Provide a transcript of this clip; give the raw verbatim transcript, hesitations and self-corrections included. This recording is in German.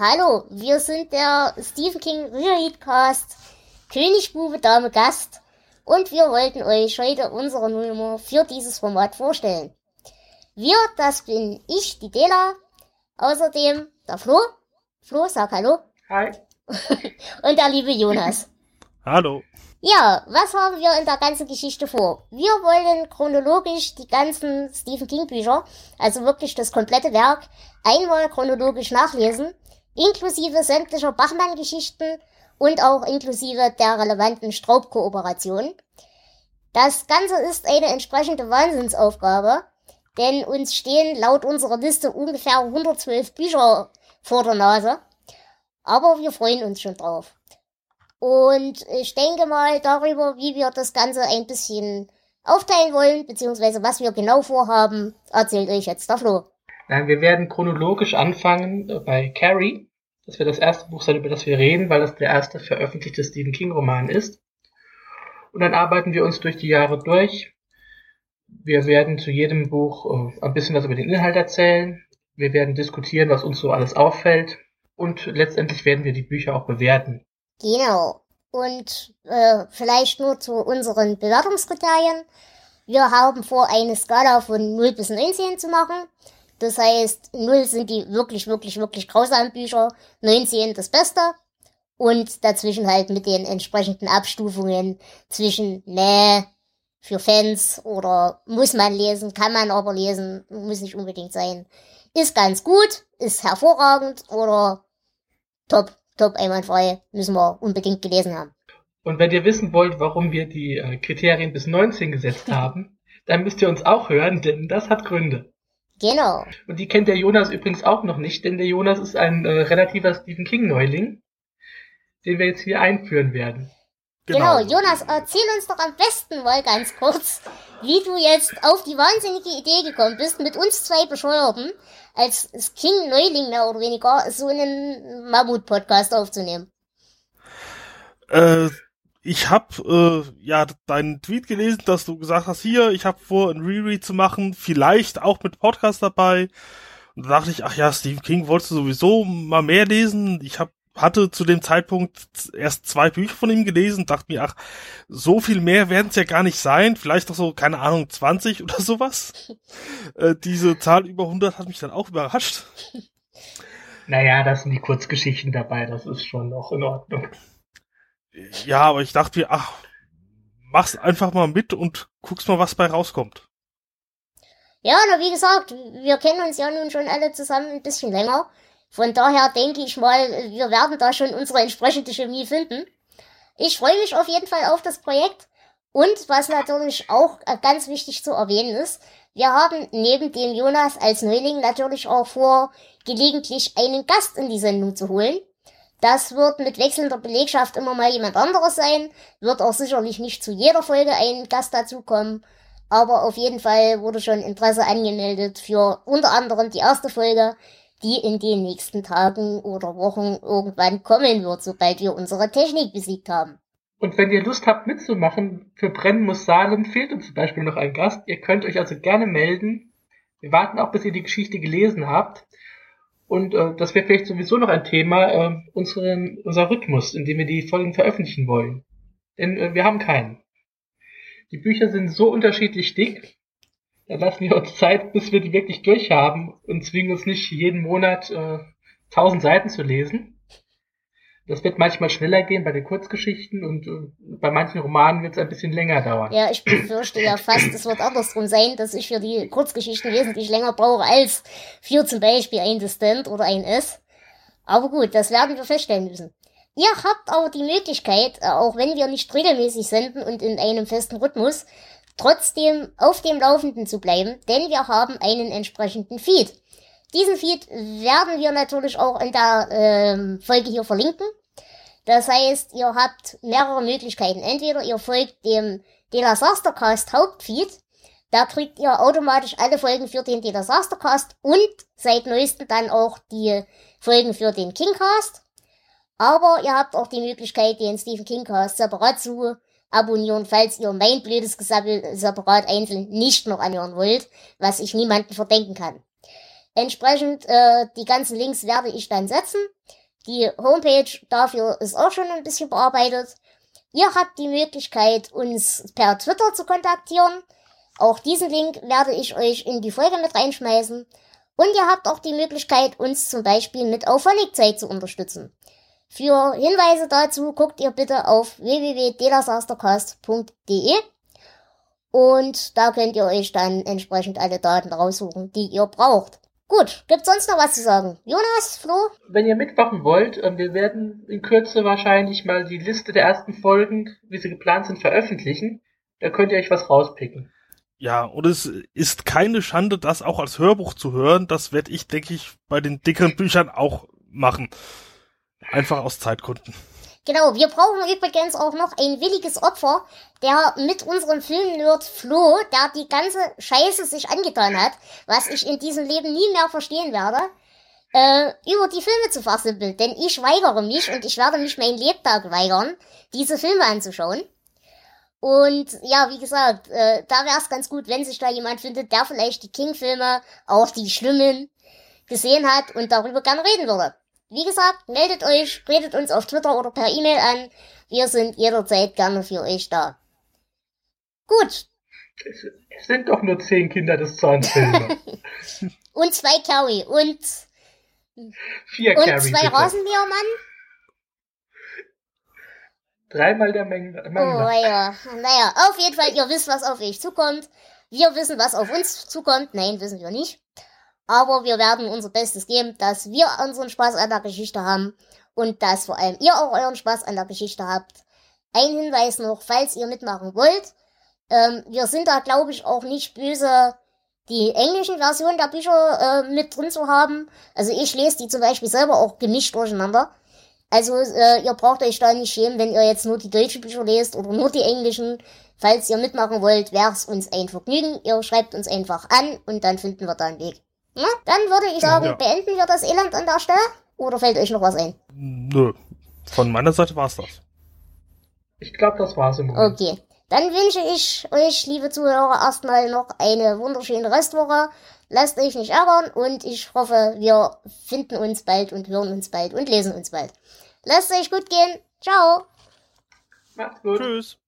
hallo, wir sind der Stephen King Reread-Cast, König, Bube, Dame, Gast und wir wollten euch heute unsere Nummer für dieses Format vorstellen. Wir, das bin ich, die Dela, außerdem der Flo. Flo, sag hallo. Hi. Und der liebe Jonas. Hallo. Ja, was haben wir in der ganzen Geschichte vor? Wir wollen chronologisch die ganzen Stephen King Bücher, also wirklich das komplette Werk, einmal chronologisch nachlesen, inklusive sämtlicher Bachmann-Geschichten und auch inklusive der relevanten Straub-Kooperation. Das Ganze ist eine entsprechende Wahnsinnsaufgabe, denn uns stehen laut unserer Liste ungefähr hundertzwölf Bücher vor der Nase, aber wir freuen uns schon drauf. Und ich denke mal darüber, wie wir das Ganze ein bisschen aufteilen wollen, beziehungsweise was wir genau vorhaben, erzählt euch jetzt der Flo. Nein, wir werden chronologisch anfangen bei Carrie. Das wird das erste Buch sein, über das wir reden, weil das der erste veröffentlichte Stephen King-Roman ist. Und dann arbeiten wir uns durch die Jahre durch. Wir werden zu jedem Buch äh, ein bisschen was über den Inhalt erzählen. Wir werden diskutieren, was uns so alles auffällt. Und letztendlich werden wir die Bücher auch bewerten. Genau. Und äh, vielleicht nur zu unseren Bewertungskriterien. Wir haben vor, eine Skala von null bis neunzehn zu machen. Das heißt, null sind die wirklich, wirklich, wirklich grausamen Bücher, neunzehn das Beste. Und dazwischen halt mit den entsprechenden Abstufungen zwischen, nee, für Fans oder muss man lesen, kann man aber lesen, muss nicht unbedingt sein. Ist ganz gut, ist hervorragend oder top. Top, einwandfrei, müssen wir unbedingt gelesen haben. Und wenn ihr wissen wollt, warum wir die äh, Kriterien bis neunzehn gesetzt haben, dann müsst ihr uns auch hören, denn das hat Gründe. Genau. Und die kennt der Jonas übrigens auch noch nicht, denn der Jonas ist ein äh, relativer Stephen King-Neuling, den wir jetzt hier einführen werden. Genau. genau, Jonas, erzähl uns doch am besten mal ganz kurz, wie du jetzt auf die wahnsinnige Idee gekommen bist, mit uns zwei Bescheuerten als King-Neuling mehr oder weniger so einen Mammut-Podcast aufzunehmen. Äh, ich hab äh, ja deinen Tweet gelesen, dass du gesagt hast, hier, ich habe vor, ein Reread zu machen, vielleicht auch mit Podcast dabei. Und da dachte ich, ach ja, Stephen King wolltest du sowieso mal mehr lesen. Ich hab hatte zu dem Zeitpunkt erst zwei Bücher von ihm gelesen, dachte mir, ach, so viel mehr werden es ja gar nicht sein, vielleicht doch so, keine Ahnung, zwanzig oder sowas. äh, diese Zahl über hundert hat mich dann auch überrascht. Naja, da sind die Kurzgeschichten dabei, das ist schon noch in Ordnung. Ja, aber ich dachte mir, ach, mach's einfach mal mit und guck's mal, was bei rauskommt. Ja, na wie gesagt, wir kennen uns ja nun schon alle zusammen ein bisschen länger. Von daher denke ich mal, wir werden da schon unsere entsprechende Chemie finden. Ich freue mich auf jeden Fall auf das Projekt. Und was natürlich auch ganz wichtig zu erwähnen ist, wir haben neben dem Jonas als Neuling natürlich auch vor, gelegentlich einen Gast in die Sendung zu holen. Das wird mit wechselnder Belegschaft immer mal jemand anderes sein, wird auch sicherlich nicht zu jeder Folge ein Gast dazukommen. Aber auf jeden Fall wurde schon Interesse angemeldet für unter anderem die erste Folge, die in den nächsten Tagen oder Wochen irgendwann kommen wird, sobald wir unsere Technik besiegt haben. Und wenn ihr Lust habt mitzumachen, für Brennen muss Salem fehlt uns zum Beispiel noch ein Gast. Ihr könnt euch also gerne melden. Wir warten auch, bis ihr die Geschichte gelesen habt. Und äh, das wäre vielleicht sowieso noch ein Thema, äh, unseren, unser Rhythmus, in dem wir die Folgen veröffentlichen wollen. Denn äh, wir haben keinen. Die Bücher sind so unterschiedlich dick, da lassen wir uns Zeit, bis wir die wirklich durchhaben und zwingen uns nicht jeden Monat äh, tausend Seiten zu lesen. Das wird manchmal schneller gehen bei den Kurzgeschichten und äh, bei manchen Romanen wird es ein bisschen länger dauern. Ja, ich befürchte ja fast, es wird andersrum sein, dass ich für die Kurzgeschichten wesentlich länger brauche als für zum Beispiel ein Distant oder ein S. Aber gut, das werden wir feststellen müssen. Ihr habt aber die Möglichkeit, auch wenn wir nicht regelmäßig senden und in einem festen Rhythmus, trotzdem auf dem Laufenden zu bleiben, denn wir haben einen entsprechenden Feed. Diesen Feed werden wir natürlich auch in der ähm, Folge hier verlinken. Das heißt, ihr habt mehrere Möglichkeiten. Entweder ihr folgt dem Delasastercast Hauptfeed, da kriegt ihr automatisch alle Folgen für den Delasastercast und seit neuestem dann auch die Folgen für den Kingcast. Aber ihr habt auch die Möglichkeit, den Stephen Kingcast separat zu abonnieren, falls ihr mein blödes Gesabbel separat einzeln nicht noch anhören wollt, was ich niemanden verdenken kann. Entsprechend, äh, die ganzen Links werde ich dann setzen. Die Homepage dafür ist auch schon ein bisschen bearbeitet. Ihr habt die Möglichkeit, uns per Twitter zu kontaktieren. Auch diesen Link werde ich euch in die Folge mit reinschmeißen. Und ihr habt auch die Möglichkeit, uns zum Beispiel mit Auphonic-Zeit zu unterstützen. Für Hinweise dazu guckt ihr bitte auf w w w punkt delasastercast punkt d e und da könnt ihr euch dann entsprechend alle Daten raussuchen, die ihr braucht. Gut, gibt's sonst noch was zu sagen? Jonas, Flo? Wenn ihr mitmachen wollt, wir werden in Kürze wahrscheinlich mal die Liste der ersten Folgen, wie sie geplant sind, veröffentlichen. Da könnt ihr euch was rauspicken. Ja, und es ist keine Schande, das auch als Hörbuch zu hören. Das werde ich, denke ich, bei den dickeren Büchern auch machen. Einfach aus Zeitgründen. Genau, wir brauchen übrigens auch noch ein williges Opfer, der mit unserem Filmnerd Flo, der die ganze Scheiße sich angetan hat, was ich in diesem Leben nie mehr verstehen werde, äh, über die Filme zu versimpeln. Denn ich weigere mich und ich werde mich mein Lebtag weigern, diese Filme anzuschauen. Und ja, wie gesagt, äh, da wäre es ganz gut, wenn sich da jemand findet, der vielleicht die King-Filme, auch die schlimmen, gesehen hat und darüber gerne reden würde. Wie gesagt, meldet euch, redet uns auf Twitter oder per E-Mail an. Wir sind jederzeit gerne für euch da. Gut. Es, es sind doch nur zehn Kinder des Zorns Filme. Und zwei Carrie und Vier und Carrie, zwei bitte. Rasenmähermann. Dreimal der Menge. Oh ja, naja, auf jeden Fall, ihr wisst, was auf euch zukommt. Wir wissen, was auf uns zukommt. Nein, wissen wir nicht. Aber wir werden unser Bestes geben, dass wir unseren Spaß an der Geschichte haben und dass vor allem ihr auch euren Spaß an der Geschichte habt. Ein Hinweis noch, falls ihr mitmachen wollt. Ähm, wir sind da, glaube ich, auch nicht böse, die englischen Versionen der Bücher äh, mit drin zu haben. Also ich lese die zum Beispiel selber auch gemischt durcheinander. Also äh, ihr braucht euch da nicht schämen, wenn ihr jetzt nur die deutschen Bücher lest oder nur die englischen. Falls ihr mitmachen wollt, wäre es uns ein Vergnügen. Ihr schreibt uns einfach an und dann finden wir da einen Weg. Na, dann würde ich sagen, ja. Beenden wir das Elend an der Stelle? Oder fällt euch noch was ein? Nö, von meiner Seite war's das. Ich glaube, das war's im Moment. Okay, dann wünsche ich euch, liebe Zuhörer, erstmal noch eine wunderschöne Restwoche. Lasst euch nicht ärgern und ich hoffe, wir finden uns bald und hören uns bald und lesen uns bald. Lasst euch gut gehen. Ciao. Macht's gut. Tschüss.